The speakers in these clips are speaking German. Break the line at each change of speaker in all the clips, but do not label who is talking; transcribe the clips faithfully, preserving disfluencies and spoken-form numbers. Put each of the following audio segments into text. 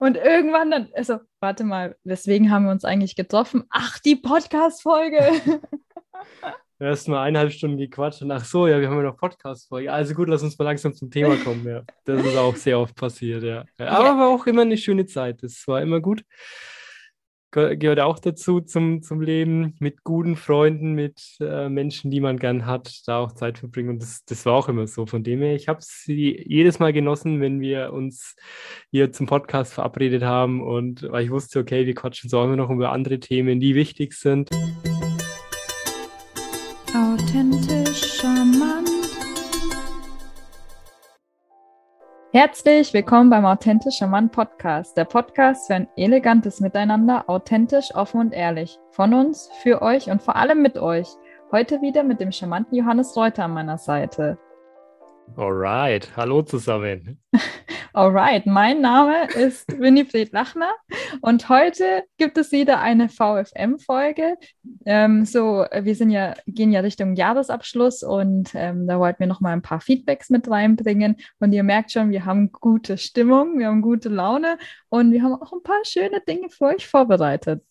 Und irgendwann dann, also, warte mal, weswegen haben wir uns eigentlich getroffen? Ach, die Podcast-Folge.
Erst mal eineinhalb Stunden gequatscht und ach so, ja, wir haben ja noch Podcast-Folge. Also gut, lass uns mal langsam zum Thema kommen, ja. Das ist auch sehr oft passiert, ja. Aber
Ja.
war auch immer eine schöne Zeit. Das war immer gut. Ge- Gehört auch dazu zum, zum Leben, mit guten Freunden, mit äh, Menschen, die man gern hat, da auch Zeit verbringen. Und das, das war auch immer so. Von dem her, ich habe es jedes Mal genossen, wenn wir uns hier zum Podcast verabredet haben und weil ich wusste, okay, wir quatschen so immer noch über andere Themen, die wichtig sind.
Authentisch charmant. Herzlich willkommen beim Authentisch charmant Podcast. Der Podcast für ein elegantes Miteinander, authentisch, offen und ehrlich. Von uns, für euch und vor allem mit euch. Heute wieder mit dem charmanten Johannes Reuter an meiner Seite.
Alright, hallo zusammen.
Alright, mein Name ist Winifred Lachner und heute gibt es wieder eine V F M-Folge. Ähm, so, wir sind ja, gehen ja Richtung Jahresabschluss und ähm, da wollten wir noch mal ein paar Feedbacks mit reinbringen. Und ihr merkt schon, wir haben gute Stimmung, wir haben gute Laune und wir haben auch ein paar schöne Dinge für euch vorbereitet.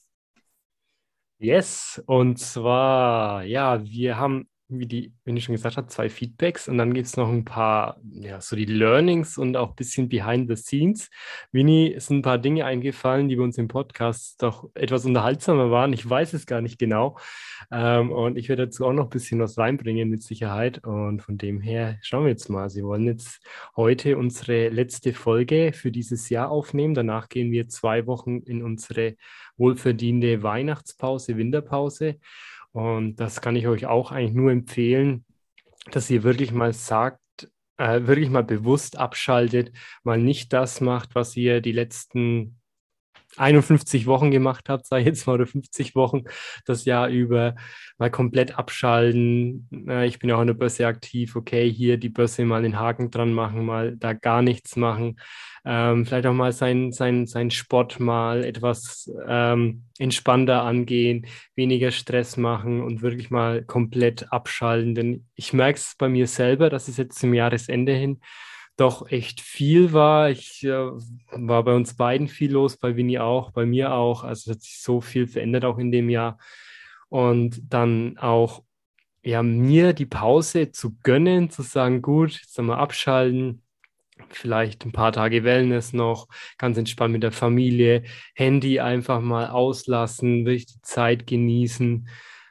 Yes, und zwar, ja, wir haben, wie die, wenn ich schon gesagt habe, zwei Feedbacks und dann gibt es noch ein paar, ja, so die Learnings und auch ein bisschen behind the scenes. Winnie, es sind ein paar Dinge eingefallen, die bei uns im Podcast doch etwas unterhaltsamer waren. Ich weiß es gar nicht genau. Ähm, und ich werde dazu auch noch ein bisschen was reinbringen mit Sicherheit. Und von dem her schauen wir jetzt mal. Sie wollen jetzt heute unsere letzte Folge für dieses Jahr aufnehmen. Danach gehen wir zwei Wochen in unsere wohlverdiente Weihnachtspause, Winterpause. Und das kann ich euch auch eigentlich nur empfehlen, dass ihr wirklich mal sagt, äh, wirklich mal bewusst abschaltet, mal nicht das macht, was ihr die letzten einundfünfzig Wochen gemacht habt, sage ich jetzt mal, oder fünfzig Wochen, das Jahr über, mal komplett abschalten. Äh, ich bin auch an der Börse aktiv, okay, hier die Börse mal den Haken dran machen, mal da gar nichts machen. Ähm, vielleicht auch mal sein, sein, sein Sport mal etwas ähm, entspannter angehen, weniger Stress machen und wirklich mal komplett abschalten. Denn ich merke es bei mir selber, dass es jetzt zum Jahresende hin doch echt viel war. Ich äh, war bei uns beiden viel los, bei Winnie auch, bei mir auch. Also es hat sich so viel verändert auch in dem Jahr. Und dann auch ja, mir die Pause zu gönnen, zu sagen, gut, jetzt einmal abschalten, vielleicht ein paar Tage Wellness noch, ganz entspannt mit der Familie, Handy einfach mal auslassen, wirklich die Zeit genießen.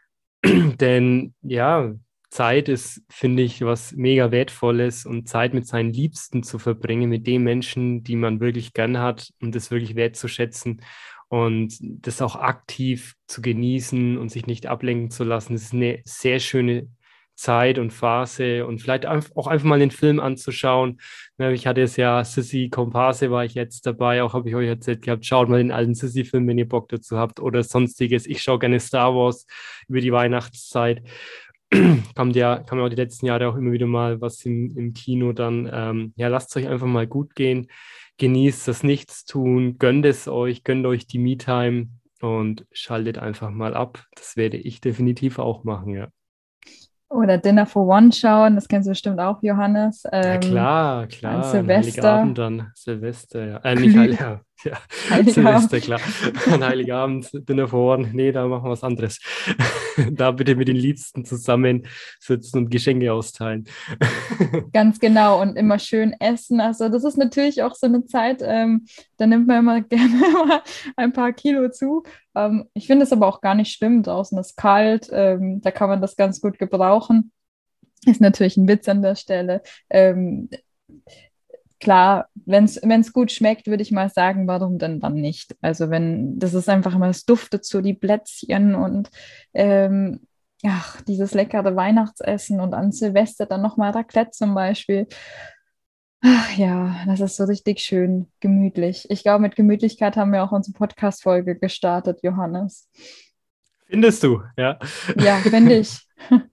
Denn ja, Zeit ist, finde ich, was mega Wertvolles und Zeit mit seinen Liebsten zu verbringen, mit den Menschen, die man wirklich gern hat und das wirklich wertzuschätzen und das auch aktiv zu genießen und sich nicht ablenken zu lassen. Das ist eine sehr schöne Zeit und Phase und vielleicht auch einfach mal den Film anzuschauen. Ich hatte es ja, Sissi Komparse war ich jetzt dabei, auch habe ich euch erzählt gehabt, schaut mal den alten Sissi-Film, wenn ihr Bock dazu habt oder sonstiges. Ich schaue gerne Star Wars über die Weihnachtszeit. Kam ja, kam ja auch die letzten Jahre auch immer wieder mal was im, im Kino dann. Ähm, ja, lasst es euch einfach mal gut gehen. Genießt das Nichtstun, gönnt es euch, gönnt euch die Me-Time und schaltet einfach mal ab. Das werde ich definitiv auch machen, ja.
Oder Dinner for One schauen, das kennst du bestimmt auch, Johannes.
Ja,
Ähm,
klar,
an
klar, an
Silvester,
Heiligabend dann, Silvester, ja. Äh, nicht
Glüh,
Heilig, ja, ja,
Heiliger.
Silvester, klar. An Heiligabend, Dinner for One, nee, da machen wir was anderes. Da bitte mit den Liebsten zusammen sitzen und Geschenke austeilen.
Ganz genau und immer schön essen. Also das ist natürlich auch so eine Zeit, ähm, da nimmt man immer gerne mal ein paar Kilo zu. Ähm, ich finde es aber auch gar nicht schlimm. Draußen ist kalt, ähm, da kann man das ganz gut gebrauchen. Ist natürlich ein Witz an der Stelle. Ähm, klar, wenn es gut schmeckt, würde ich mal sagen, warum denn dann nicht? Also wenn, das ist einfach immer, es duftet so die Plätzchen und ähm, ach, dieses leckere Weihnachtsessen und an Silvester dann nochmal Raclette zum Beispiel. Ach ja, das ist so richtig schön gemütlich. Ich glaube, mit Gemütlichkeit haben wir auch unsere Podcast-Folge gestartet, Johannes.
Findest du, ja.
Ja, finde ich.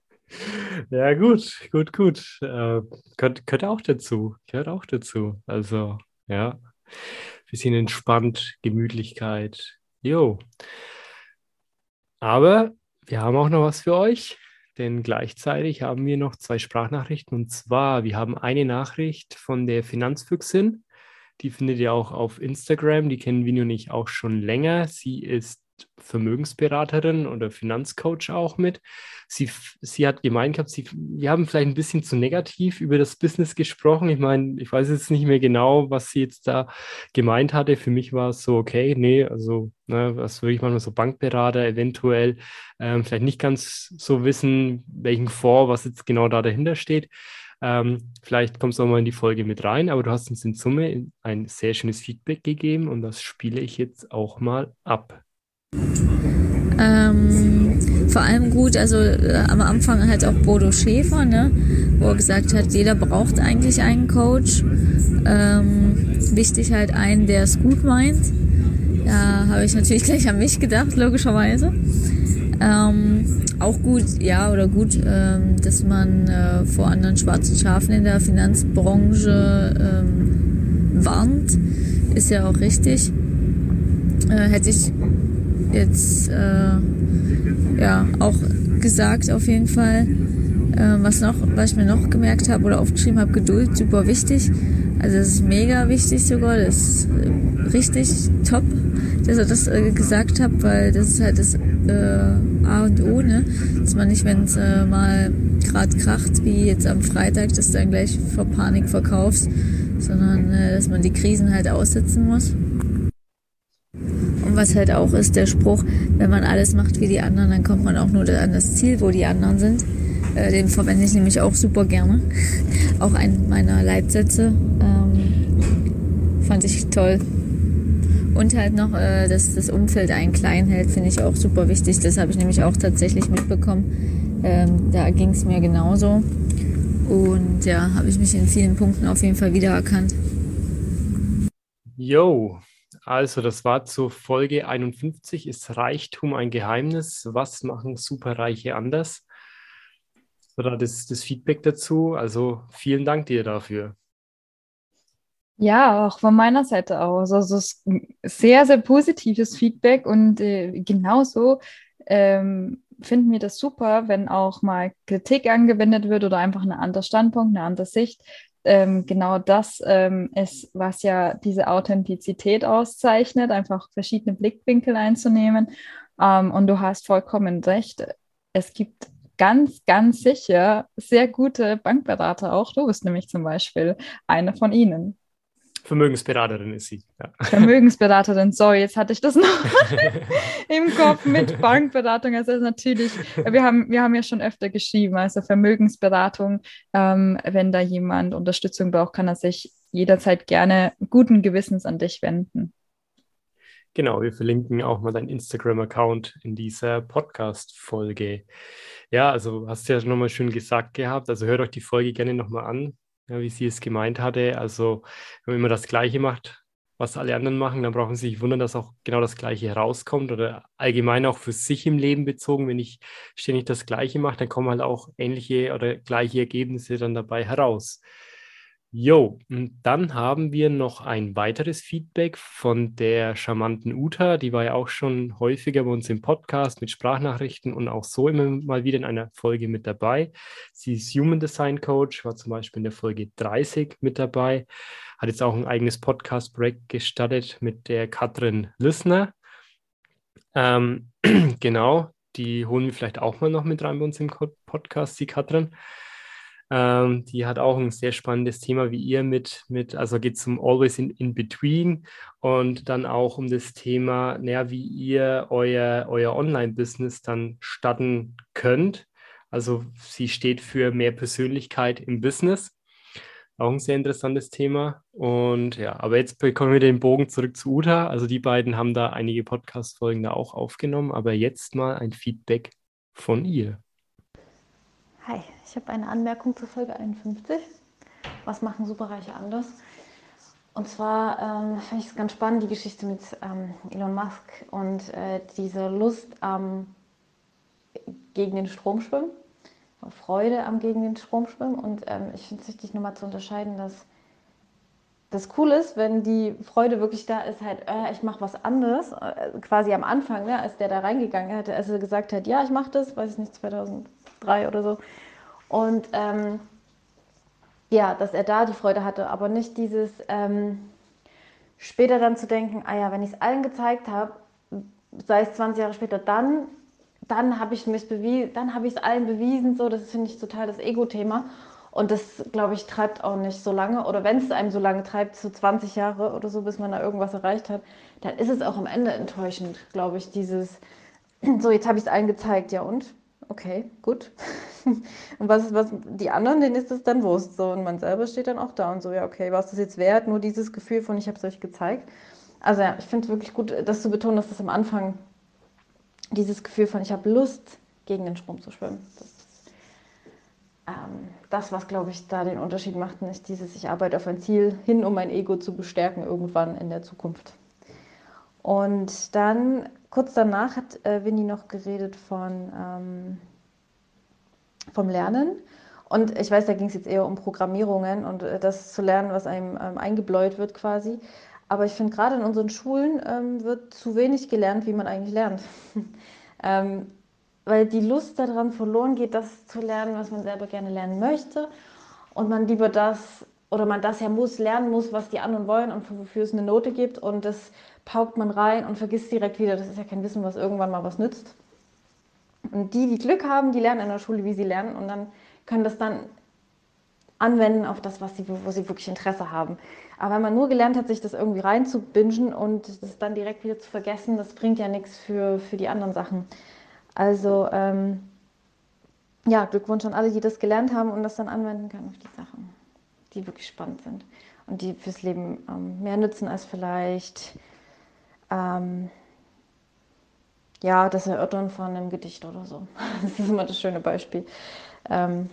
Ja, gut, gut, gut. Äh, gehört, gehört auch dazu. Gehört auch dazu. Also, ja. Bisschen entspannt, Gemütlichkeit. Jo. Aber wir haben auch noch was für euch, denn gleichzeitig haben wir noch zwei Sprachnachrichten. Und zwar, wir haben eine Nachricht von der Finanzfüchsin. Die findet ihr auch auf Instagram. Die kennen Vini und ich auch schon länger. Sie ist Vermögensberaterin oder Finanzcoach auch mit. Sie, sie hat gemeint gehabt, sie, wir haben vielleicht ein bisschen zu negativ über das Business gesprochen. Ich meine, ich weiß jetzt nicht mehr genau, was sie jetzt da gemeint hatte. Für mich war es so, okay, nee, also ne, was würde ich manchmal so Bankberater eventuell ähm, vielleicht nicht ganz so wissen, welchen Fonds, was jetzt genau da dahinter steht. Ähm, vielleicht kommst du auch mal in die Folge mit rein, aber du hast uns in Summe ein sehr schönes Feedback gegeben und das spiele ich jetzt auch mal ab.
Ähm, vor allem gut, also äh, am Anfang halt auch Bodo Schäfer, ne, wo er gesagt hat, jeder braucht eigentlich einen Coach. Ähm, wichtig halt einen, der es gut meint. Da habe ich natürlich gleich an mich gedacht, logischerweise. Ähm, auch gut, ja, oder gut, ähm, dass man äh, vor anderen schwarzen Schafen in der Finanzbranche ähm, warnt, ist ja auch richtig. Äh, hätte ich jetzt äh, ja auch gesagt auf jeden Fall. Äh, was noch, was ich mir noch gemerkt habe oder aufgeschrieben habe, Geduld, super wichtig. Also das ist mega wichtig sogar, das ist äh, richtig top, dass er das äh, gesagt hat, weil das ist halt das äh, A und O, ne? Dass man nicht, wenn es äh, mal gerade kracht, wie jetzt am Freitag, dass du dann gleich vor Panik verkaufst, sondern äh, dass man die Krisen halt aussitzen muss. Und was halt auch ist, der Spruch, wenn man alles macht wie die anderen, dann kommt man auch nur an das Ziel, wo die anderen sind. Äh, den verwende ich nämlich auch super gerne. Auch einen meiner Leitsätze. Ähm, fand ich toll. Und halt noch, äh, dass das Umfeld einen klein hält, finde ich auch super wichtig. Das habe ich nämlich auch tatsächlich mitbekommen. Ähm, da ging es mir genauso. Und ja, habe ich mich in vielen Punkten auf jeden Fall wiedererkannt.
Yo, also das war zur Folge einundfünfzig. Ist Reichtum ein Geheimnis? Was machen Superreiche anders? Oder das, das Feedback dazu. Also vielen Dank dir dafür.
Ja, auch von meiner Seite aus. Also es ist ein sehr, sehr positives Feedback und äh, genauso ähm, finden wir das super, wenn auch mal Kritik angewendet wird oder einfach ein anderer Standpunkt, eine andere Sicht. Ähm, genau das ähm, ist, was ja diese Authentizität auszeichnet, einfach verschiedene Blickwinkel einzunehmen. Ähm, und du hast vollkommen recht. Es gibt ganz, ganz sicher sehr gute Bankberater auch. Du bist nämlich zum Beispiel einer von ihnen.
Vermögensberaterin ist sie. Ja.
Vermögensberaterin, sorry, jetzt hatte ich das noch im Kopf mit Bankberatung. Also das ist natürlich, wir haben, wir haben ja schon öfter geschrieben, also Vermögensberatung, ähm, wenn da jemand Unterstützung braucht, kann er sich jederzeit gerne guten Gewissens an dich wenden.
Genau, wir verlinken auch mal deinen Instagram-Account in dieser Podcast-Folge. Ja, also hast du ja nochmal schön gesagt gehabt, also hört euch die Folge gerne nochmal an, ja, wie sie es gemeint hatte. Also wenn man immer das Gleiche macht, was alle anderen machen, dann brauchen sie sich wundern, dass auch genau das Gleiche herauskommt oder allgemein auch für sich im Leben bezogen. Wenn ich ständig das Gleiche mache, dann kommen halt auch ähnliche oder gleiche Ergebnisse dann dabei heraus. Jo, und dann haben wir noch ein weiteres Feedback von der charmanten Uta. Die war ja auch schon häufiger bei uns im Podcast mit Sprachnachrichten und auch so immer mal wieder in einer Folge mit dabei. Sie ist Human Design Coach, war zum Beispiel in der Folge dreißig mit dabei, hat jetzt auch ein eigenes Podcast-Projekt gestartet mit der Katrin Lissner. Ähm, genau, die holen wir vielleicht auch mal noch mit rein bei uns im Podcast, die Katrin. Ähm, die hat auch ein sehr spannendes Thema wie ihr mit, mit also geht es um Always in, in Between und dann auch um das Thema, naja, wie ihr euer, euer Online-Business dann starten könnt. Also sie steht für mehr Persönlichkeit im Business. Auch ein sehr interessantes Thema. Und ja, aber jetzt bekommen wir den Bogen zurück zu Uta. Also die beiden haben da einige Podcast-Folgen da auch aufgenommen, aber jetzt mal ein Feedback von ihr.
Hi, ich habe eine Anmerkung zur Folge einundfünfzig. Was machen Superreiche anders? Und zwar ähm, fand ich es ganz spannend, die Geschichte mit ähm, Elon Musk und äh, diese Lust am gegen den Strom schwimmen, Freude am gegen den Strom schwimmen. Und ähm, ich finde es wichtig, nochmal zu unterscheiden, dass das cool ist, wenn die Freude wirklich da ist, halt, äh, ich mache was anderes, äh, quasi am Anfang, ne, als der da reingegangen hat, als er gesagt hat, ja, ich mache das, weiß ich nicht, zweitausenddrei oder so. Und ähm, ja, dass er da die Freude hatte, aber nicht dieses, ähm, später dann zu denken, ah ja, wenn ich es allen gezeigt habe, sei es zwanzig Jahre später, dann, dann habe ich es bewiesen, dann habe ich es allen bewiesen, so, das finde ich total das Ego-Thema. Und das, glaube ich, treibt auch nicht so lange. Oder wenn es einem so lange treibt, so zwanzig Jahre oder so, bis man da irgendwas erreicht hat, dann ist es auch am Ende enttäuschend, glaube ich, dieses, so, jetzt habe ich es allen gezeigt, ja und? Okay, gut. Und was ist, was, die anderen, denen ist es dann Wurst, so, und man selber steht dann auch da und so, ja, okay, war es das jetzt wert, nur dieses Gefühl von, ich habe es euch gezeigt. Also ja, ich finde es wirklich gut, das zu betonen, dass das am Anfang dieses Gefühl von, ich habe Lust, gegen den Strom zu schwimmen. Das ist ähm, das, was, glaube ich, da den Unterschied macht, nicht dieses, ich arbeite auf ein Ziel hin, um mein Ego zu bestärken irgendwann in der Zukunft. Und dann, kurz danach, hat äh, Winnie noch geredet von, ähm, vom Lernen. Und ich weiß, da ging es jetzt eher um Programmierungen und äh, das zu lernen, was einem ähm, eingebläut wird quasi. Aber ich finde, gerade in unseren Schulen ähm, wird zu wenig gelernt, wie man eigentlich lernt. ähm, weil die Lust daran verloren geht, das zu lernen, was man selber gerne lernen möchte. Und man lieber das, oder man das ja muss, lernen muss, was die anderen wollen und wofür es eine Note gibt. Und das paukt man rein und vergisst direkt wieder. Das ist ja kein Wissen, was irgendwann mal was nützt. Und die, die Glück haben, die lernen in der Schule, wie sie lernen. Und dann können das dann anwenden auf das, was sie, wo sie wirklich Interesse haben. Aber wenn man nur gelernt hat, sich das irgendwie reinzubingen und das dann direkt wieder zu vergessen, das bringt ja nichts für, für die anderen Sachen. Also ähm, ja, Glückwunsch an alle, die das gelernt haben und das dann anwenden können auf die Sachen, die wirklich spannend sind und die fürs Leben ähm, mehr nützen als vielleicht ähm, ja, das Erörtern von einem Gedicht oder so. Das ist immer das schöne Beispiel. Ähm,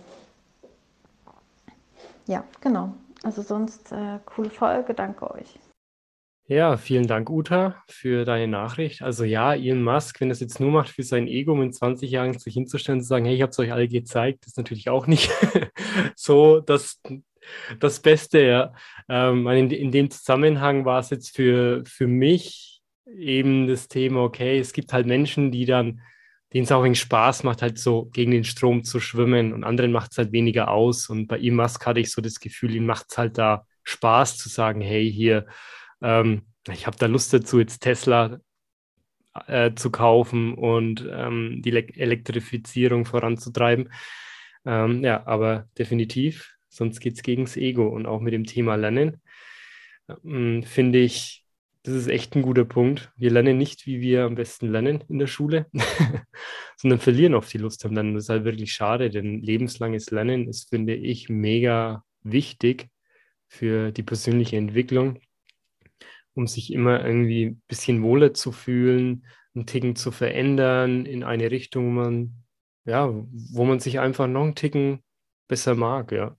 ja, genau. Also sonst äh, coole Folge, danke euch.
Ja, vielen Dank, Uta, für deine Nachricht. Also ja, Elon Musk, wenn das jetzt nur macht für sein Ego, um in zwanzig Jahren sich hinzustellen und zu sagen, hey, ich habe es euch alle gezeigt, ist natürlich auch nicht so das, das Beste. Ja. Ähm, in, in dem Zusammenhang war es jetzt für, für mich eben das Thema, okay, es gibt halt Menschen, die dann, denen es auch wenig Spaß macht, halt so gegen den Strom zu schwimmen und anderen macht es halt weniger aus. Und bei Elon Musk hatte ich so das Gefühl, ihm macht es halt da Spaß zu sagen, hey, hier, Ähm, ich habe da Lust dazu, jetzt Tesla äh, zu kaufen und ähm, die Le- Elektrifizierung voranzutreiben. Ähm, ja, aber definitiv, sonst geht es gegen das Ego. Und auch mit dem Thema Lernen ähm, finde ich, das ist echt ein guter Punkt. Wir lernen nicht, wie wir am besten lernen in der Schule, sondern verlieren oft die Lust am Lernen. Das ist halt wirklich schade, denn lebenslanges Lernen ist, finde ich, mega wichtig für die persönliche Entwicklung, um sich immer irgendwie ein bisschen wohler zu fühlen, einen Ticken zu verändern in eine Richtung, wo man, ja, wo man sich einfach noch einen Ticken besser mag, ja.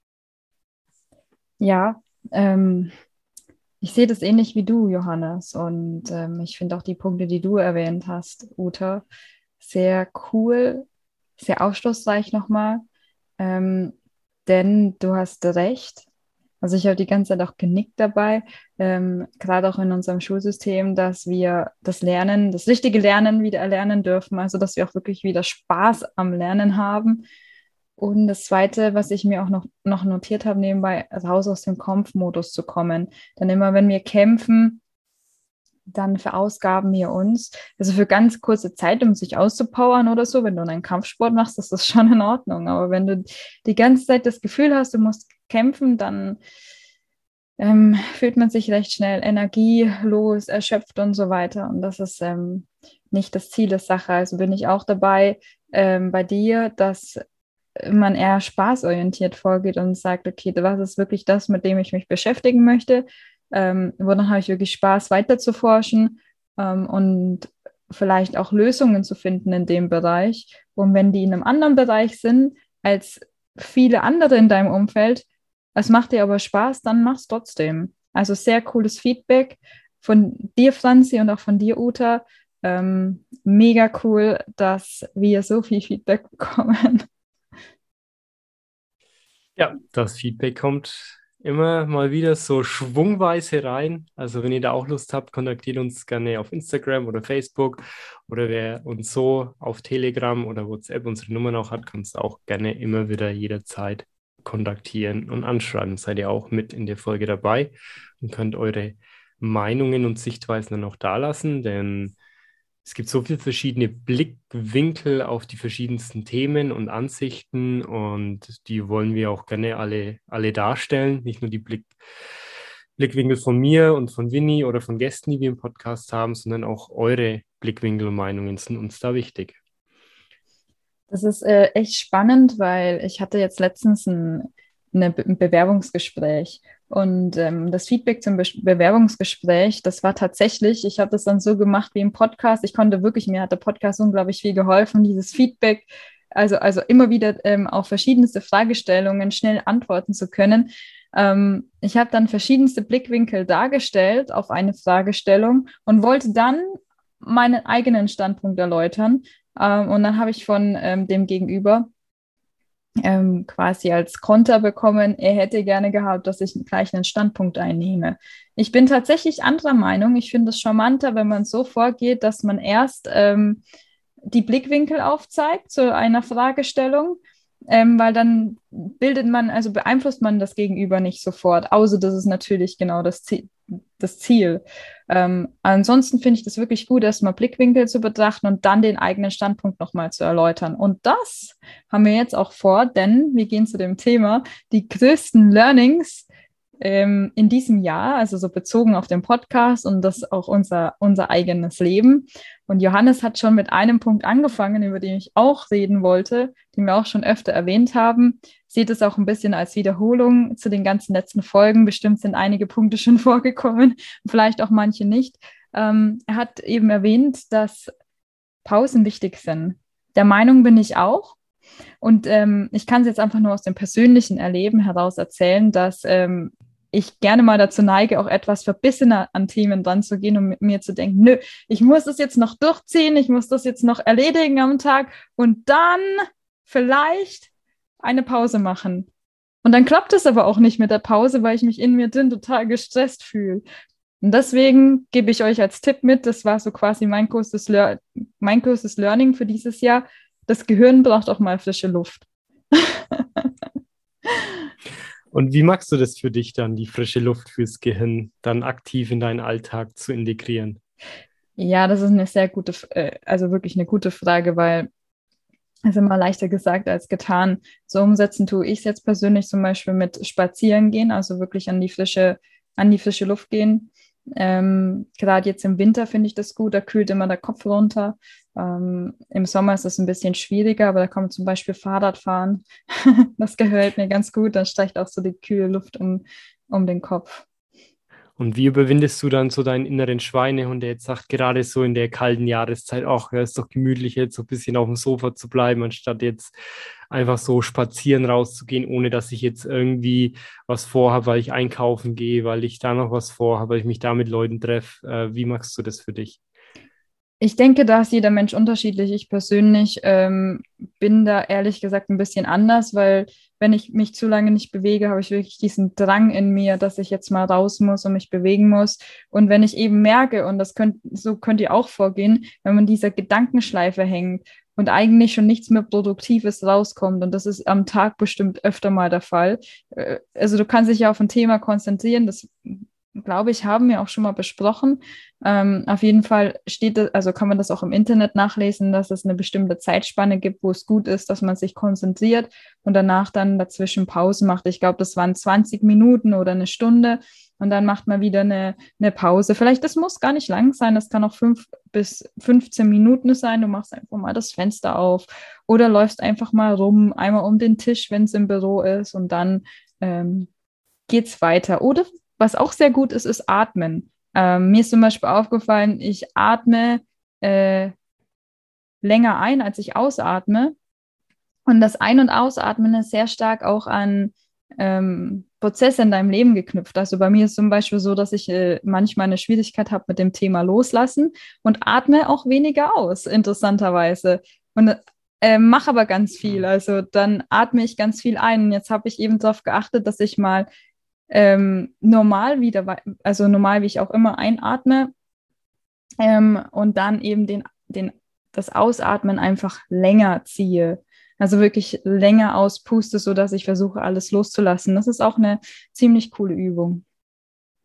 Ja, ähm, ich sehe das ähnlich wie du, Johannes. Und ähm, ich finde auch die Punkte, die du erwähnt hast, Uta, sehr cool, sehr aufschlussreich nochmal. Ähm, denn du hast recht. Also ich habe die ganze Zeit auch genickt dabei, ähm, gerade auch in unserem Schulsystem, dass wir das Lernen, das richtige Lernen wieder erlernen dürfen. Also dass wir auch wirklich wieder Spaß am Lernen haben. Und das Zweite, was ich mir auch noch, noch notiert habe, nebenbei raus aus dem Kampfmodus zu kommen. Dann immer, wenn wir kämpfen, dann verausgaben wir uns. Also für ganz kurze Zeit, um sich auszupowern oder so, wenn du einen Kampfsport machst, ist das schon in Ordnung. Aber wenn du die ganze Zeit das Gefühl hast, du musst kämpfen, dann ähm, fühlt man sich recht schnell energielos, erschöpft und so weiter. Und das ist ähm, nicht das Ziel der Sache. Also bin ich auch dabei ähm, bei dir, dass man eher spaßorientiert vorgeht und sagt, okay, was ist wirklich das, mit dem ich mich beschäftigen möchte? Ähm, woran habe ich wirklich Spaß, weiter zu forschen ähm, und vielleicht auch Lösungen zu finden in dem Bereich. Und wenn die in einem anderen Bereich sind als viele andere in deinem Umfeld, es macht dir aber Spaß, dann mach's trotzdem. Also sehr cooles Feedback von dir, Franzi, und auch von dir, Uta. Ähm, mega cool, dass wir so viel Feedback bekommen.
Ja, das Feedback kommt immer mal wieder so schwungweise rein. Also wenn ihr da auch Lust habt, kontaktiert uns gerne auf Instagram oder Facebook, oder wer uns so auf Telegram oder WhatsApp unsere Nummer noch hat, kannst du auch gerne immer wieder jederzeit kontaktieren und anschreiben. Seid ihr auch mit in der Folge dabei und könnt eure Meinungen und Sichtweisen dann auch dalassen, denn es gibt so viele verschiedene Blickwinkel auf die verschiedensten Themen und Ansichten und die wollen wir auch gerne alle, alle darstellen. Nicht nur die Blick, Blickwinkel von mir und von Winnie oder von Gästen, die wir im Podcast haben, sondern auch eure Blickwinkel und Meinungen sind uns da wichtig.
Das ist äh, echt spannend, weil ich hatte jetzt letztens ein, eine Be- ein Bewerbungsgespräch und ähm, das Feedback zum Be Bewerbungsgespräch, das war tatsächlich, ich habe das dann so gemacht wie im Podcast, ich konnte wirklich, mir hat der Podcast unglaublich viel geholfen, dieses Feedback, also, also immer wieder ähm, auf verschiedenste Fragestellungen schnell antworten zu können. Ähm, ich habe dann verschiedenste Blickwinkel dargestellt auf eine Fragestellung und wollte dann meinen eigenen Standpunkt erläutern. Ähm, und dann habe ich von ähm, dem Gegenüber ähm, quasi als Konter bekommen, er hätte gerne gehabt, dass ich gleich einen Standpunkt einnehme. Ich bin tatsächlich anderer Meinung. Ich finde es charmanter, wenn man so vorgeht, dass man erst ähm, die Blickwinkel aufzeigt zu einer Fragestellung, ähm, weil dann bildet man, also beeinflusst man das Gegenüber nicht sofort, außer das ist natürlich genau das Ziel. Das Ziel. Ähm, ansonsten finde ich das wirklich gut, erstmal Blickwinkel zu betrachten und dann den eigenen Standpunkt nochmal zu erläutern. Und das haben wir jetzt auch vor, denn wir gehen zu dem Thema, die größten Learnings ähm, in diesem Jahr, also so bezogen auf den Podcast und das auch unser, unser eigenes Leben. Und Johannes hat schon mit einem Punkt angefangen, über den ich auch reden wollte, den wir auch schon öfter erwähnt haben. Seht es auch ein bisschen als Wiederholung zu den ganzen letzten Folgen. Bestimmt sind einige Punkte schon vorgekommen, vielleicht auch manche nicht. Ähm, er hat eben erwähnt, dass Pausen wichtig sind. Der Meinung bin ich auch. Und ähm, ich kann es jetzt einfach nur aus dem persönlichen Erleben heraus erzählen, dass ähm, ich gerne mal dazu neige, auch etwas verbissener an Themen dran zu gehen und mit mir zu denken, nö, ich muss das jetzt noch durchziehen, ich muss das jetzt noch erledigen am Tag und dann vielleicht eine Pause machen. Und dann klappt es aber auch nicht mit der Pause, weil ich mich in mir drin total gestresst fühle. Und deswegen gebe ich euch als Tipp mit, das war so quasi mein größtes, Lear- mein größtes Learning für dieses Jahr, das Gehirn braucht auch mal frische Luft.
Und wie machst du das für dich dann, die frische Luft fürs Gehirn, dann aktiv in deinen Alltag zu integrieren?
Ja, das ist eine sehr gute, äh, also wirklich eine gute Frage, weil es ist immer leichter gesagt als getan. So umsetzen tue ich es jetzt persönlich zum Beispiel mit Spazieren gehen, also wirklich an die frische, an die frische Luft gehen. Ähm, gerade jetzt im Winter finde ich das gut, da kühlt immer der Kopf runter. Ähm, im Sommer ist es ein bisschen schwieriger, aber da kann man zum Beispiel Fahrradfahren. Das gefällt mir ganz gut, dann steigt auch so die kühle Luft um, um den Kopf.
Und wie überwindest du dann so deinen inneren Schweinehund, der jetzt sagt, gerade so in der kalten Jahreszeit, ach, ja, ist doch gemütlich, jetzt so ein bisschen auf dem Sofa zu bleiben, anstatt jetzt einfach so spazieren rauszugehen, ohne dass ich jetzt irgendwie was vorhabe, weil ich einkaufen gehe, weil ich da noch was vorhabe, weil ich mich da mit Leuten treffe. Äh, wie machst du das für dich?
Ich denke, da ist jeder Mensch unterschiedlich. Ich persönlich ähm, bin da ehrlich gesagt ein bisschen anders, weil wenn ich mich zu lange nicht bewege, habe ich wirklich diesen Drang in mir, dass ich jetzt mal raus muss und mich bewegen muss. Und wenn ich eben merke, und das könnt, so könnt ihr auch vorgehen, wenn man dieser Gedankenschleife hängt und eigentlich schon nichts mehr Produktives rauskommt, und das ist am Tag bestimmt öfter mal der Fall. Äh, also du kannst dich ja auf ein Thema konzentrieren, das glaube ich, haben wir auch schon mal besprochen. Ähm, auf jeden Fall steht das, also kann man das auch im Internet nachlesen, dass es eine bestimmte Zeitspanne gibt, wo es gut ist, dass man sich konzentriert und danach dann dazwischen Pause macht. Ich glaube, das waren zwanzig Minuten oder eine Stunde und dann macht man wieder eine, eine Pause. Vielleicht, das muss gar nicht lang sein, das kann auch fünf bis fünfzehn Minuten sein. Du machst einfach mal das Fenster auf oder läufst einfach mal rum, einmal um den Tisch, wenn es im Büro ist und dann ähm, geht's weiter. Oder was auch sehr gut ist, ist Atmen. Ähm, mir ist zum Beispiel aufgefallen, ich atme äh, länger ein, als ich ausatme. Und das Ein- und Ausatmen ist sehr stark auch an ähm, Prozesse in deinem Leben geknüpft. Also bei mir ist zum Beispiel so, dass ich äh, manchmal eine Schwierigkeit habe mit dem Thema Loslassen und atme auch weniger aus, interessanterweise. Und äh, mache aber ganz viel. Also dann atme ich ganz viel ein. Und jetzt habe ich eben darauf geachtet, dass ich mal ähm, normal wieder, also normal wie ich auch immer einatme ähm, und dann eben den, den, das Ausatmen einfach länger ziehe. Also wirklich länger auspuste, sodass ich versuche, alles loszulassen. Das ist auch eine ziemlich coole Übung.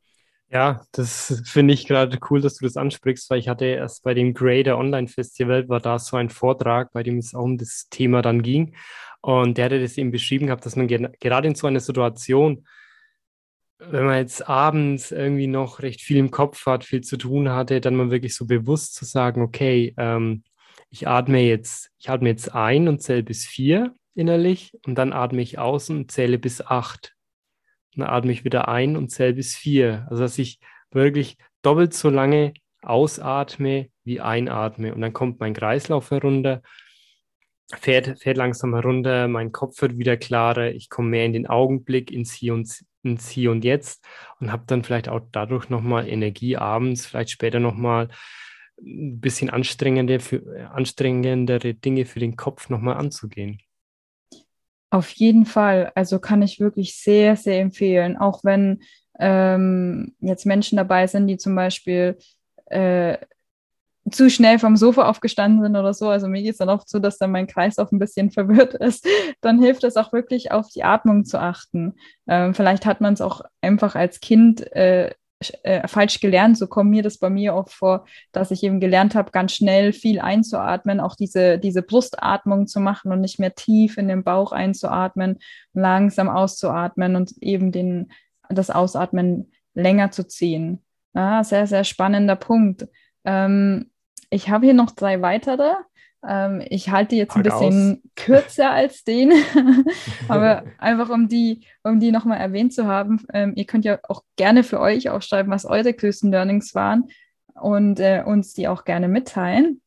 Ja, das finde ich gerade cool, dass du das ansprichst, weil ich hatte erst bei dem Grader Online Festival, war da so ein Vortrag, bei dem es auch um das Thema dann ging. Und der hatte das eben beschrieben gehabt, dass man ge- gerade in so einer Situation, wenn man jetzt abends irgendwie noch recht viel im Kopf hat, viel zu tun hatte, dann mal wirklich so bewusst zu sagen, okay, ähm, ich atme jetzt, ich atme jetzt ein und zähle bis vier innerlich und dann atme ich aus und zähle bis acht. Und dann atme ich wieder ein und zähle bis vier. Also dass ich wirklich doppelt so lange ausatme wie einatme. Und dann kommt mein Kreislauf herunter, fährt, fährt langsam herunter, mein Kopf wird wieder klarer, ich komme mehr in den Augenblick, ins Hier und, ins Hier und Jetzt und habe dann vielleicht auch dadurch nochmal Energie abends, vielleicht später nochmal ein bisschen anstrengende für, anstrengendere Dinge für den Kopf nochmal anzugehen.
Auf jeden Fall. Also kann ich wirklich sehr, sehr empfehlen. Auch wenn ähm, jetzt Menschen dabei sind, die zum Beispiel äh, zu schnell vom Sofa aufgestanden sind oder so. Also mir geht es dann oft so, dass dann mein Kreislauf ein bisschen verwirrt ist. Dann hilft es auch wirklich auf die Atmung zu achten. Ähm, vielleicht hat man es auch einfach als Kind äh, äh, falsch gelernt. So kommt mir das bei mir auch vor, dass ich eben gelernt habe, ganz schnell viel einzuatmen, auch diese, diese Brustatmung zu machen und nicht mehr tief in den Bauch einzuatmen, langsam auszuatmen und eben den, das Ausatmen länger zu ziehen. Ja, sehr, sehr spannender Punkt. Ähm, Ich habe hier noch drei weitere. Ähm, ich halte jetzt ein
Pack aus.
bisschen kürzer als den, aber einfach um die, um die nochmal erwähnt zu haben. Ähm, ihr könnt ja auch gerne für euch aufschreiben, was eure größten Learnings waren und äh, uns die auch gerne mitteilen.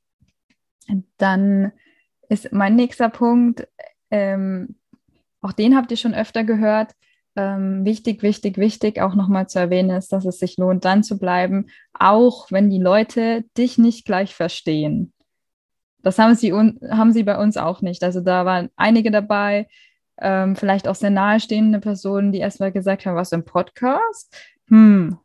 Dann ist mein nächster Punkt, ähm, auch den habt ihr schon öfter gehört. Ähm, wichtig, wichtig, wichtig auch nochmal zu erwähnen ist, dass es sich lohnt, dran zu bleiben, auch wenn die Leute dich nicht gleich verstehen. Das haben sie, un haben sie bei uns auch nicht. Also da waren einige dabei, ähm, vielleicht auch sehr nahestehende Personen, die erstmal gesagt haben, was im Podcast? Hm.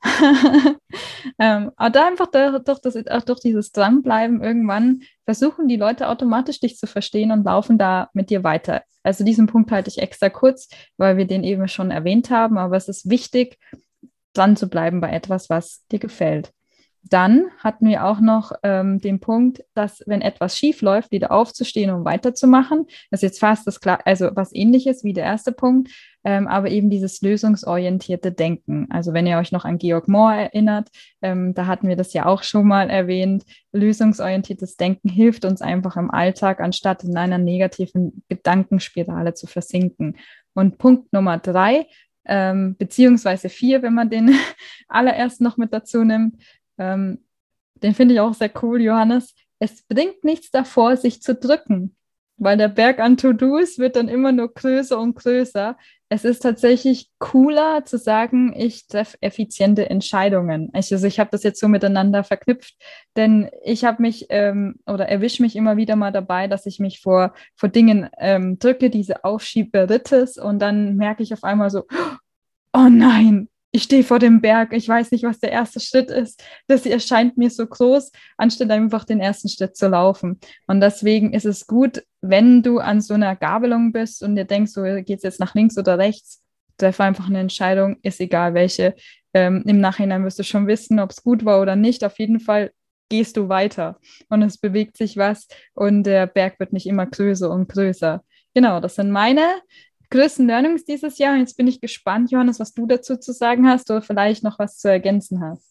ähm, aber da einfach durch, durch, das, auch durch dieses Dranbleiben irgendwann versuchen die Leute automatisch dich zu verstehen und laufen da mit dir weiter. Also diesen Punkt halte ich extra kurz, weil wir den eben schon erwähnt haben, aber es ist wichtig, dran zu bleiben bei etwas, was dir gefällt. Dann hatten wir auch noch ähm, den Punkt, dass wenn etwas schief läuft, wieder aufzustehen und weiterzumachen. Das ist jetzt fast das klar, also was ähnliches wie der erste Punkt, ähm, aber eben dieses lösungsorientierte Denken. Also wenn ihr euch noch an Georg Mohr erinnert, ähm, da hatten wir das ja auch schon mal erwähnt. Lösungsorientiertes Denken hilft uns einfach im Alltag, anstatt in einer negativen Gedankenspirale zu versinken. Und Punkt Nummer drei, ähm, beziehungsweise vier, wenn man den allerersten noch mit dazu nimmt, ähm, den finde ich auch sehr cool, Johannes. Es bringt nichts davor, sich zu drücken, weil der Berg an To-Dos wird dann immer nur größer und größer. Es ist tatsächlich cooler zu sagen, ich treffe effiziente Entscheidungen. Ich, also ich habe das jetzt so miteinander verknüpft, denn ich habe mich ähm, oder erwische mich immer wieder mal dabei, dass ich mich vor, vor Dingen ähm, drücke, diese Aufschieberitis, und dann merke ich auf einmal so, oh nein, ich stehe vor dem Berg, ich weiß nicht, was der erste Schritt ist. Das erscheint mir so groß, anstatt einfach den ersten Schritt zu laufen. Und deswegen ist es gut, wenn du an so einer Gabelung bist und dir denkst, so geht es jetzt nach links oder rechts, treff einfach eine Entscheidung, ist egal welche. Ähm, Im Nachhinein wirst du schon wissen, ob es gut war oder nicht. Auf jeden Fall gehst du weiter und es bewegt sich was und der Berg wird nicht immer größer und größer. Genau, das sind meine größten Learnings dieses Jahr. Jetzt bin ich gespannt, Johannes, was du dazu zu sagen hast oder vielleicht noch was zu ergänzen hast.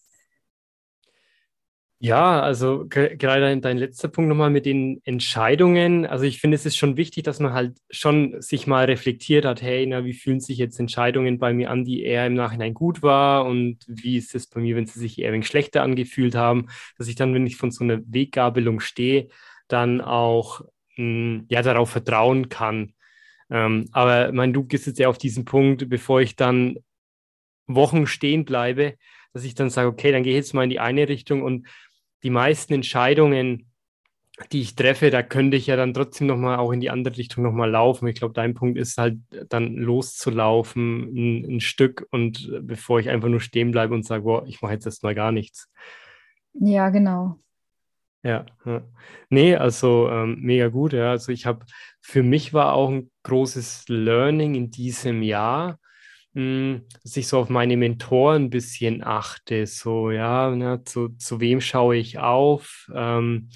Ja, also ge- gerade dein letzter Punkt nochmal mit den Entscheidungen. Also ich finde, es ist schon wichtig, dass man halt schon sich mal reflektiert hat, hey, na, wie fühlen sich jetzt Entscheidungen bei mir an, die eher im Nachhinein gut war, und wie ist es bei mir, wenn sie sich eher ein wenig schlechter angefühlt haben, dass ich dann, wenn ich von so einer Weggabelung stehe, dann auch mh, ja, darauf vertrauen kann. Ähm, aber mein, du gehst jetzt ja auf diesen Punkt, bevor ich dann Wochen stehen bleibe, dass ich dann sage, okay, dann gehe ich jetzt mal in die eine Richtung, und die meisten Entscheidungen, die ich treffe, da könnte ich ja dann trotzdem nochmal auch in die andere Richtung nochmal laufen. Ich glaube, dein Punkt ist halt dann loszulaufen, ein, ein Stück, und bevor ich einfach nur stehen bleibe und sage, boah, ich mache jetzt erstmal gar nichts.
Ja, genau.
Ja, ja. Nee, also ähm, mega gut. Ja. Also ich habe, für mich war auch ein großes Learning in diesem Jahr, mh, dass ich so auf meine Mentoren ein bisschen achte. So, ja, ne, zu, zu wem schaue ich auf? Ähm,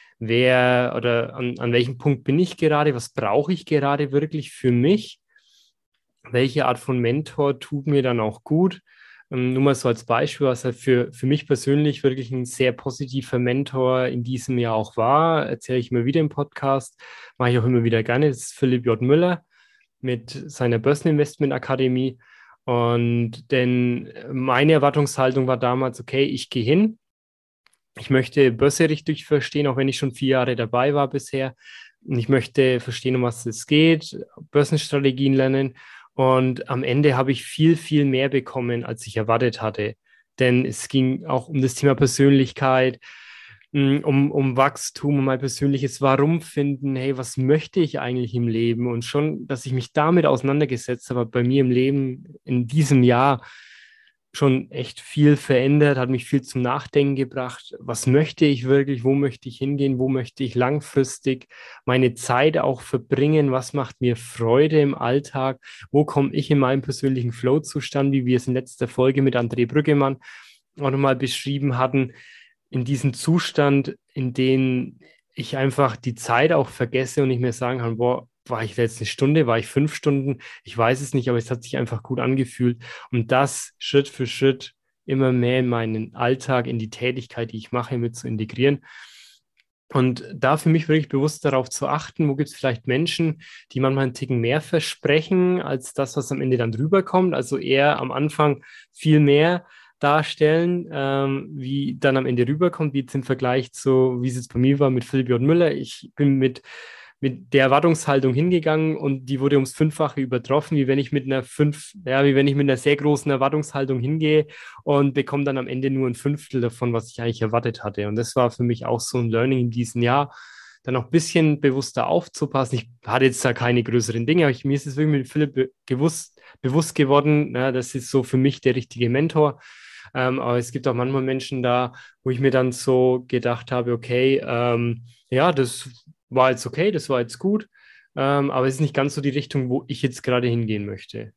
wer oder an, an welchem Punkt bin ich gerade? Was brauche ich gerade wirklich für mich? Welche Art von Mentor tut mir dann auch gut? Ähm, nur mal so als Beispiel, was halt für, für mich persönlich wirklich ein sehr positiver Mentor in diesem Jahr auch war, erzähle ich immer wieder im Podcast, mache ich auch immer wieder gerne, das ist Philipp J. Müller mit seiner Börseninvestment Akademie. Und denn meine Erwartungshaltung war damals, okay, ich gehe hin, ich möchte Börse richtig verstehen, auch wenn ich schon vier Jahre dabei war bisher. Und ich möchte verstehen, um was es geht, Börsenstrategien lernen. Und am Ende habe ich viel, viel mehr bekommen, als ich erwartet hatte. Denn es ging auch um das Thema Persönlichkeit, um, um Wachstum, um mein persönliches Warum finden. Hey, was möchte ich eigentlich im Leben? Und schon, dass ich mich damit auseinandergesetzt habe, hat bei mir im Leben in diesem Jahr schon echt viel verändert, hat mich viel zum Nachdenken gebracht. Was möchte ich wirklich? Wo möchte ich hingehen? Wo möchte ich langfristig meine Zeit auch verbringen? Was macht mir Freude im Alltag? Wo komme ich in meinem persönlichen Flow-Zustand, wie wir es in letzter Folge mit André Brüggemann auch nochmal beschrieben hatten, in diesem Zustand, in dem ich einfach die Zeit auch vergesse und nicht mehr sagen kann, boah, war ich da jetzt eine Stunde, war ich fünf Stunden? Ich weiß es nicht, aber es hat sich einfach gut angefühlt. Und das Schritt für Schritt immer mehr in meinen Alltag, in die Tätigkeit, die ich mache, mit zu integrieren. Und da für mich wirklich bewusst darauf zu achten, wo gibt es vielleicht Menschen, die manchmal einen Ticken mehr versprechen, als das, was am Ende dann drüber kommt. Also eher am Anfang viel mehr darstellen, ähm, wie dann am Ende rüberkommt, wie jetzt im Vergleich zu, wie es jetzt bei mir war mit Philipp J. Müller. Ich bin mit mit der Erwartungshaltung hingegangen und die wurde ums Fünffache übertroffen, wie wenn ich mit einer fünf, ja, wie wenn ich mit einer sehr großen Erwartungshaltung hingehe und bekomme dann am Ende nur ein Fünftel davon, was ich eigentlich erwartet hatte. Und das war für mich auch so ein Learning in diesem Jahr, dann auch ein bisschen bewusster aufzupassen. Ich hatte jetzt da keine größeren Dinge, aber ich, mir ist es wirklich mit Philipp gewusst, bewusst geworden, ja, das ist so für mich der richtige Mentor. Ähm, aber es gibt auch manchmal Menschen da, wo ich mir dann so gedacht habe, okay, ähm, ja, das war jetzt okay, das war jetzt gut, ähm, aber es ist nicht ganz so die Richtung, wo ich jetzt gerade hingehen möchte.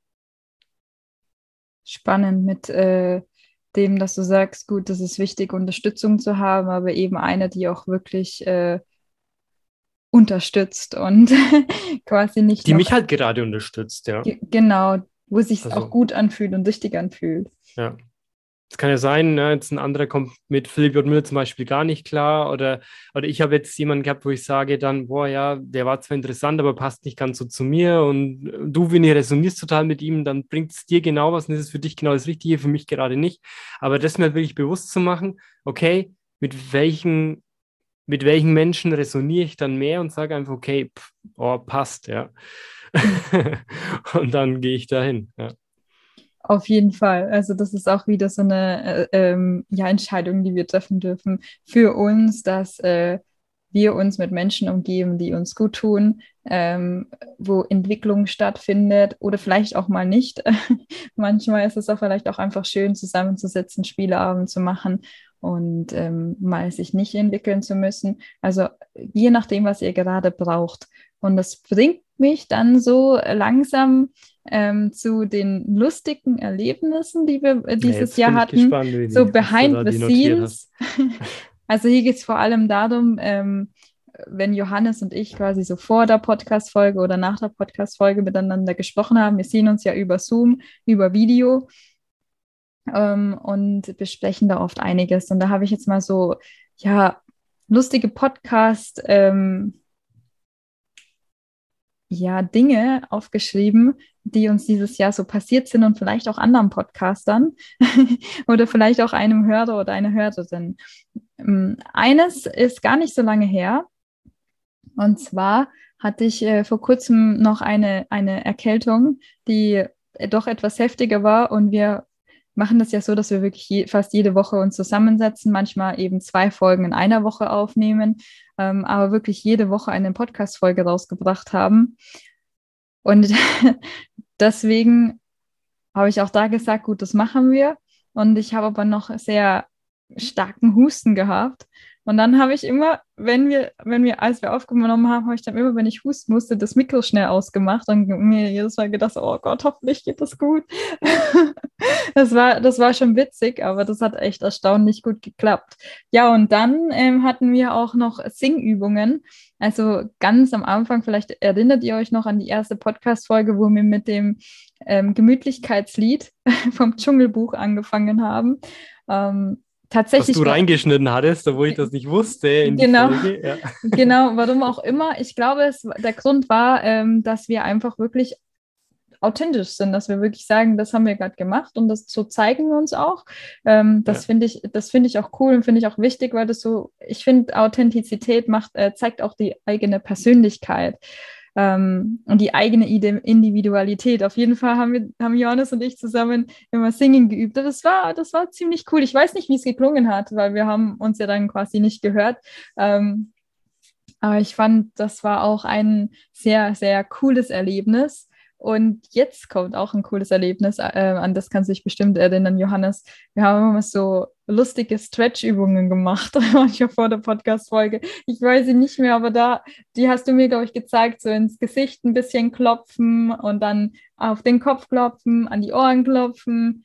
Spannend mit äh, dem, dass du sagst, gut, das ist wichtig, Unterstützung zu haben, aber eben eine, die auch wirklich äh, unterstützt und quasi nicht
Die
noch,
mich halt gerade unterstützt, ja.
ge- genau, wo es sich
Also,
auch gut anfühlt und richtig anfühlt.
ja. Es kann ja sein, ne, jetzt ein anderer kommt mit Philipp J. Müller zum Beispiel gar nicht klar oder, oder ich habe jetzt jemanden gehabt, wo ich sage dann, boah, ja, der war zwar interessant, aber passt nicht ganz so zu mir und du, Winnie, resonierst total mit ihm, dann bringt es dir genau was und das ist für dich genau das Richtige, für mich gerade nicht. Aber das mir wirklich bewusst zu machen, okay, mit welchen, mit welchen Menschen resoniere ich dann mehr und sage einfach, okay, pff, oh, passt, ja. Und dann gehe ich dahin, ja.
Auf jeden Fall. Also das ist auch wieder so eine äh, ähm, ja, Entscheidung, die wir treffen dürfen für uns, dass äh, wir uns mit Menschen umgeben, die uns gut tun, ähm, wo Entwicklung stattfindet oder vielleicht auch mal nicht. Manchmal ist es auch vielleicht auch einfach schön, zusammenzusitzen, Spieleabend zu machen und ähm, mal sich nicht entwickeln zu müssen. Also je nachdem, was ihr gerade braucht. Und das bringt mich dann so langsam ähm, zu den lustigen Erlebnissen, die wir äh, dieses
ja,
Jahr hatten,
gespannt,
so behind the scenes.
Hast.
Also hier geht es vor allem darum, ähm, wenn Johannes und ich quasi so vor der Podcast-Folge oder nach der Podcast-Folge miteinander gesprochen haben. Wir sehen uns ja über Zoom, über Video ähm, und besprechen da oft einiges. Und da habe ich jetzt mal so, ja, lustige Podcast- ähm, ja, Dinge aufgeschrieben, die uns dieses Jahr so passiert sind und vielleicht auch anderen Podcastern oder vielleicht auch einem Hörer oder einer Hörerin. Eines ist gar nicht so lange her. Und zwar hatte ich äh, vor kurzem noch eine, eine Erkältung, die äh, doch etwas heftiger war. Und wir machen das ja so, dass wir wirklich je, fast jede Woche uns zusammensetzen, manchmal eben zwei Folgen in einer Woche aufnehmen, ähm, aber wirklich jede Woche eine Podcast-Folge rausgebracht haben. Und deswegen habe ich auch da gesagt, gut, das machen wir. Und ich habe aber noch sehr starken Husten gehabt. Und dann habe ich immer, wenn wir, wenn wir, als wir aufgenommen haben, habe ich dann immer, wenn ich husten musste, das Mikro schnell ausgemacht und mir jedes Mal gedacht, oh Gott, hoffentlich geht das gut. Das war, das war schon witzig, aber das hat echt erstaunlich gut geklappt. Ja, und dann ähm, hatten wir auch noch Singübungen. Also ganz am Anfang, vielleicht erinnert ihr euch noch an die erste Podcast-Folge, wo wir mit dem ähm, Gemütlichkeitslied vom Dschungelbuch angefangen haben. Ähm, tatsächlich.
Was du reingeschnitten hattest, obwohl ich das nicht wusste in
genau,
die Folge. Ja.
Genau, warum auch immer. Ich glaube, es, der Grund war, ähm, dass wir einfach wirklich authentisch sind, dass wir wirklich sagen, das haben wir gerade gemacht und das so zeigen wir uns auch. Ähm, das ja. finde ich, das finde ich auch cool und finde ich auch wichtig, weil das so, ich finde, Authentizität macht, äh, zeigt auch die eigene Persönlichkeit ähm, und die eigene Individualität. Auf jeden Fall haben wir, haben Johannes und ich zusammen immer Singen geübt. Das war, das war ziemlich cool. Ich weiß nicht, wie es geklungen hat, weil wir haben uns ja dann quasi nicht gehört. Ähm, aber ich fand, das war auch ein sehr, sehr cooles Erlebnis. Und jetzt kommt auch ein cooles Erlebnis, äh, an das kannst du dich bestimmt erinnern, Johannes. Wir haben immer so lustige Stretch-Übungen gemacht, manchmal vor der Podcast-Folge. Ich weiß sie nicht mehr, aber da, die hast du mir, glaube ich, gezeigt, so ins Gesicht ein bisschen klopfen und dann auf den Kopf klopfen, an die Ohren klopfen.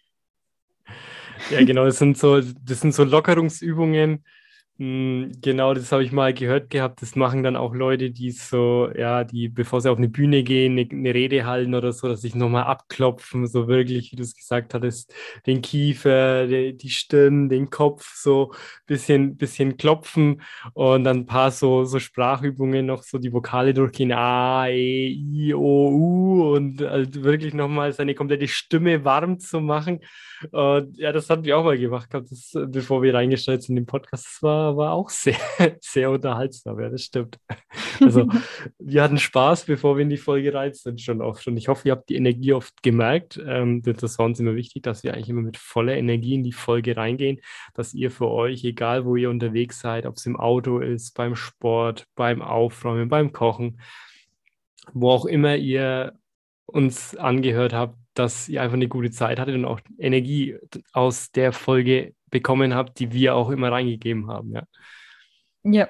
Ja, genau, das sind so, das sind so Lockerungsübungen. Genau, das habe ich mal gehört gehabt. Das machen dann auch Leute, die so, ja, die, bevor sie auf eine Bühne gehen, eine, eine Rede halten oder so, dass sich nochmal abklopfen, so wirklich, wie du es gesagt hattest, den Kiefer, die, die Stirn, den Kopf, so ein bisschen, bisschen klopfen und dann ein paar so, so Sprachübungen noch, so die Vokale durchgehen, A, E, I, O, U und halt wirklich nochmal seine komplette Stimme warm zu machen. Und ja, das hatten wir auch mal gemacht, das, bevor wir reingestellt sind in den Podcast. Das war, war auch sehr, sehr unterhaltsam, ja, das stimmt. Also wir hatten Spaß, bevor wir in die Folge rein sind, schon oft. Und ich hoffe, ihr habt die Energie oft gemerkt. Ähm, das war uns immer wichtig, dass wir eigentlich immer mit voller Energie in die Folge reingehen, dass ihr für euch, egal wo ihr unterwegs seid, ob es im Auto ist, beim Sport, beim Aufräumen, beim Kochen, wo auch immer ihr uns angehört habt, dass ihr einfach eine gute Zeit hattet und auch Energie aus der Folge bekommen habt, die wir auch immer reingegeben haben. Ja,
ja.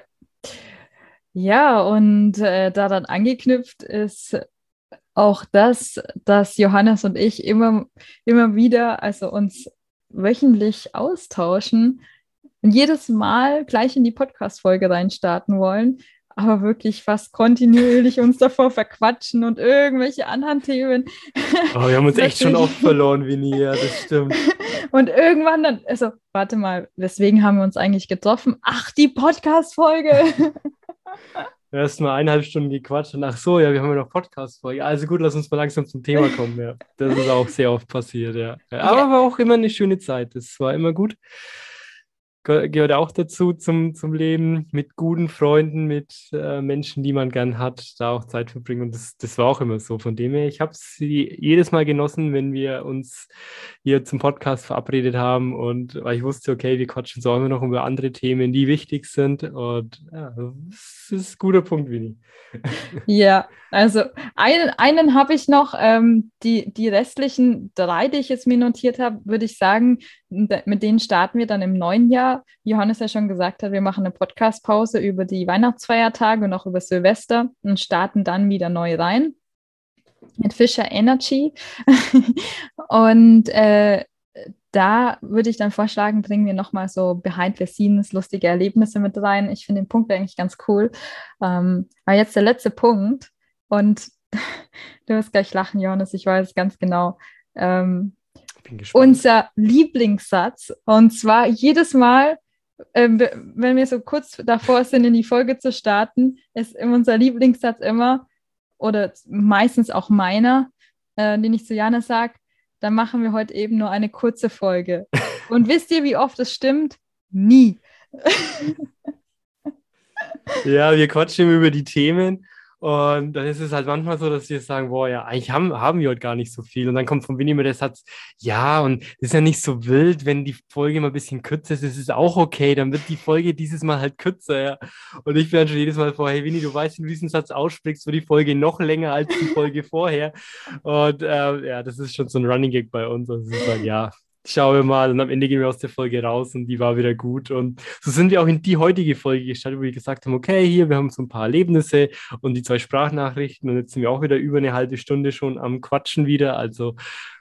Ja, und äh, daran angeknüpft ist auch das, dass Johannes und ich immer, immer wieder, also uns wöchentlich austauschen und jedes Mal gleich in die Podcast-Folge reinstarten wollen, aber wirklich fast kontinuierlich uns davor verquatschen und irgendwelche anderen Themen.
Oh, wir haben uns echt schon oft verloren, Winnie, ja, das stimmt.
Und irgendwann dann, also, warte mal, weswegen haben wir uns eigentlich getroffen? Ach, die Podcast-Folge!
Erst mal eineinhalb Stunden gequatscht und ach so, ja, wir haben ja noch Podcast-Folge. Also gut, lass uns mal langsam zum Thema kommen, ja. Das ist auch sehr oft passiert, ja. Aber ja. War auch immer eine schöne Zeit, das war immer gut. Gehört auch dazu zum, zum Leben, mit guten Freunden, mit äh, Menschen, die man gern hat, da auch Zeit verbringen. Und das, das war auch immer so. Von dem her, ich habe es jedes Mal genossen, wenn wir uns hier zum Podcast verabredet haben. Und weil ich wusste, okay, wir quatschen so immer noch über andere Themen, die wichtig sind. Und ja, das ist ein guter Punkt, Winnie.
Ja, also einen, einen habe ich noch. Ähm, die, die restlichen drei, die ich jetzt mir notiert habe, würde ich sagen, mit denen starten wir dann im neuen Jahr. Wie Johannes ja schon gesagt hat, wir machen eine Podcast-Pause über die Weihnachtsfeiertage und auch über Silvester und starten dann wieder neu rein mit Fischer Energy. Und äh, da würde ich dann vorschlagen, bringen wir nochmal so behind the scenes lustige Erlebnisse mit rein. Ich finde den Punkt eigentlich ganz cool. Ähm, aber jetzt der letzte Punkt und du wirst gleich lachen, Johannes, ich weiß es ganz genau. Ähm, unser Lieblingssatz, und zwar jedes Mal, äh, wenn wir so kurz davor sind, in die Folge zu starten, ist unser Lieblingssatz immer, oder meistens auch meiner, äh, den ich zu Jana sage, dann machen wir heute eben nur eine kurze Folge. Und wisst ihr, wie oft es stimmt? Nie.
Ja, wir quatschen über die Themen. Und dann ist es halt manchmal so, dass wir sagen, boah, ja, eigentlich haben, haben wir heute gar nicht so viel. Und dann kommt von Winnie immer der Satz, ja, und es ist ja nicht so wild, wenn die Folge mal ein bisschen kürzer ist, das ist auch okay, dann wird die Folge dieses Mal halt kürzer, ja. Und ich bin dann schon jedes Mal vor, hey Winnie, du weißt, wenn du diesen Satz aussprichst, wird die Folge noch länger als die Folge vorher. Und äh, ja, das ist schon so ein Running Gag bei uns. Also es ist halt, ja, schauen wir mal. Und am Ende gehen wir aus der Folge raus und die war wieder gut. Und so sind wir auch in die heutige Folge gestartet, wo wir gesagt haben, okay, hier, wir haben so ein paar Erlebnisse und die zwei Sprachnachrichten. Und jetzt sind wir auch wieder über eine halbe Stunde schon am Quatschen wieder. Also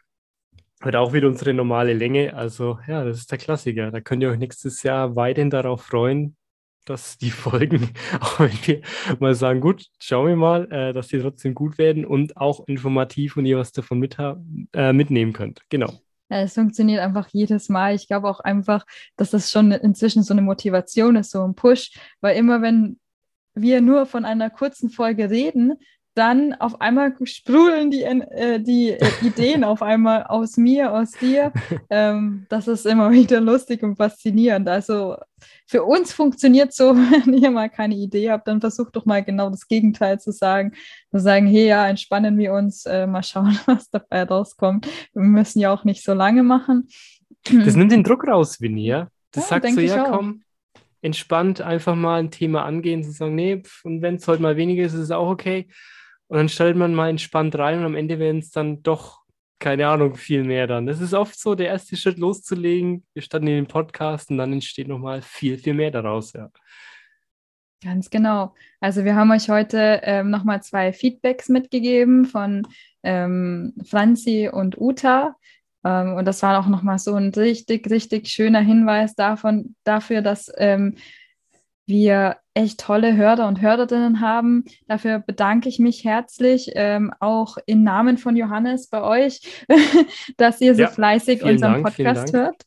wird auch wieder unsere normale Länge. Also ja, das ist der Klassiker. Da könnt ihr euch nächstes Jahr weiterhin darauf freuen, dass die Folgen, auch wenn wir mal sagen, gut, schauen wir mal, äh, dass die trotzdem gut werden und auch informativ und ihr was davon mit, äh, mitnehmen könnt. Genau.
Ja, es funktioniert einfach jedes Mal. Ich glaube auch einfach, dass das schon inzwischen so eine Motivation ist, so ein Push, weil immer wenn wir nur von einer kurzen Folge reden, dann auf einmal sprudeln die, äh, die äh, Ideen auf einmal aus mir, aus dir. Ähm, das ist immer wieder lustig und faszinierend. Also für uns funktioniert so, wenn ihr mal keine Idee habt, dann versucht doch mal genau das Gegenteil zu sagen. Wir sagen, hey, ja, entspannen wir uns, äh, mal schauen, was dabei rauskommt. Wir müssen ja auch nicht so lange machen.
Das nimmt den Druck raus, Winnie, ja? Das
Ja,
sagt so,
denke ich
ja,
auch.
komm, entspannt einfach mal ein Thema angehen, zu sagen, nee, pf, und wenn es heute mal weniger ist, ist es auch okay. Und dann stellt man mal entspannt rein und am Ende werden es dann doch, keine Ahnung, viel mehr dann. Das ist oft so, der erste Schritt loszulegen. Wir starten in den Podcast und dann entsteht nochmal viel, viel mehr daraus, ja.
Ganz genau. Also wir haben euch heute ähm, nochmal zwei Feedbacks mitgegeben von ähm, Franzi und Uta. Ähm, und das war auch nochmal so ein richtig, richtig schöner Hinweis davon, dafür, dass ähm, wir echt tolle Hörer und Hörerinnen haben. Dafür bedanke ich mich herzlich, ähm, auch im Namen von Johannes bei euch, dass ihr so
Ja,
fleißig
vielen
unseren
Dank, vielen
Podcast
Dank.
hört.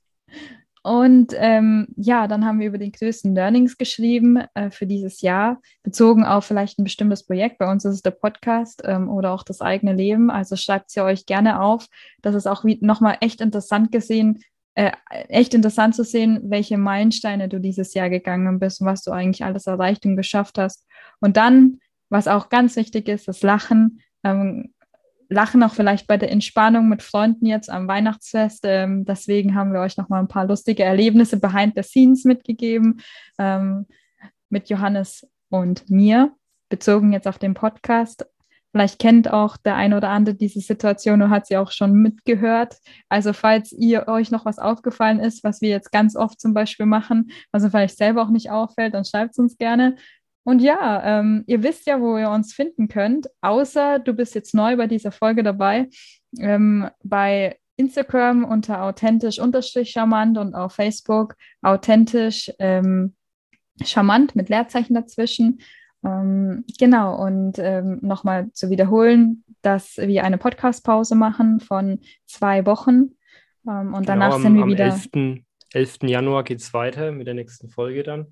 Und ähm, ja, dann haben wir über die größten Learnings geschrieben äh, für dieses Jahr, bezogen auf vielleicht ein bestimmtes Projekt. Bei uns ist es der Podcast ähm, oder auch das eigene Leben. Also schreibt sie euch gerne auf. Das ist auch nochmal echt interessant gesehen, äh, echt interessant zu sehen, welche Meilensteine du dieses Jahr gegangen bist und was du eigentlich alles erreicht und geschafft hast. Und dann, was auch ganz wichtig ist, das Lachen. Ähm, Lachen auch vielleicht bei der Entspannung mit Freunden jetzt am Weihnachtsfest. Ähm, deswegen haben wir euch nochmal ein paar lustige Erlebnisse behind the scenes mitgegeben ähm, mit Johannes und mir, bezogen jetzt auf den Podcast. Vielleicht kennt auch der eine oder andere diese Situation und hat sie auch schon mitgehört. Also falls ihr euch noch was aufgefallen ist, was wir jetzt ganz oft zum Beispiel machen, was uns vielleicht selber auch nicht auffällt, dann schreibt es uns gerne. Und ja, ähm, ihr wisst ja, wo ihr uns finden könnt, außer du bist jetzt neu bei dieser Folge dabei, ähm, bei Instagram unter authentisch-charmant und auf Facebook authentisch ähm, charmant mit Leerzeichen dazwischen. Ähm, genau, und ähm, nochmal zu wiederholen, dass wir eine Podcast-Pause machen von zwei Wochen ähm, und
Genau,
danach
am,
sind wir
am
wieder...
elften elften Januar geht es weiter mit der nächsten Folge dann.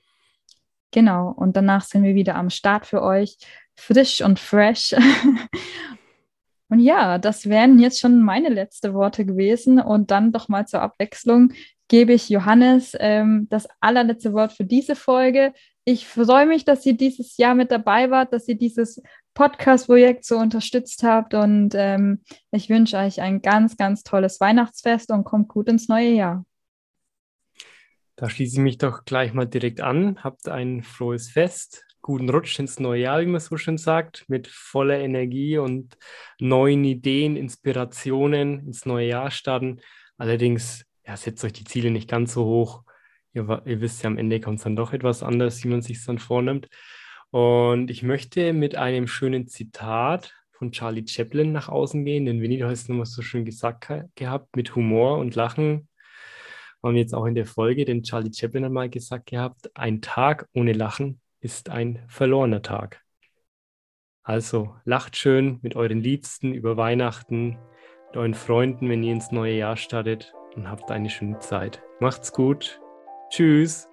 Genau, und danach sind wir wieder am Start für euch, frisch und fresh. Und ja, das wären jetzt schon meine letzten Worte gewesen. Und dann doch mal zur Abwechslung gebe ich Johannes ähm, das allerletzte Wort für diese Folge. Ich freue mich, dass ihr dieses Jahr mit dabei wart, dass ihr dieses Podcast-Projekt so unterstützt habt. Und ähm, ich wünsche euch ein ganz, ganz tolles Weihnachtsfest und kommt gut ins neue Jahr.
Da schließe ich mich doch gleich mal direkt an. Habt ein frohes Fest, guten Rutsch ins neue Jahr, wie man so schön sagt, mit voller Energie und neuen Ideen, Inspirationen ins neue Jahr starten. Allerdings, ja, setzt euch die Ziele nicht ganz so hoch. Ihr, ihr wisst ja, am Ende kommt es dann doch etwas anders, wie man es sich dann vornimmt. Und ich möchte mit einem schönen Zitat von Charlie Chaplin nach außen gehen, denn Winnie, du hast es nochmal so schön gesagt gehabt, mit Humor und Lachen. Und jetzt auch in der Folge, denn Charlie Chaplin hat mal gesagt gehabt, ein Tag ohne Lachen ist ein verlorener Tag. Also lacht schön mit euren Liebsten über Weihnachten, mit euren Freunden, wenn ihr ins neue Jahr startet und habt eine schöne Zeit. Macht's gut. Tschüss.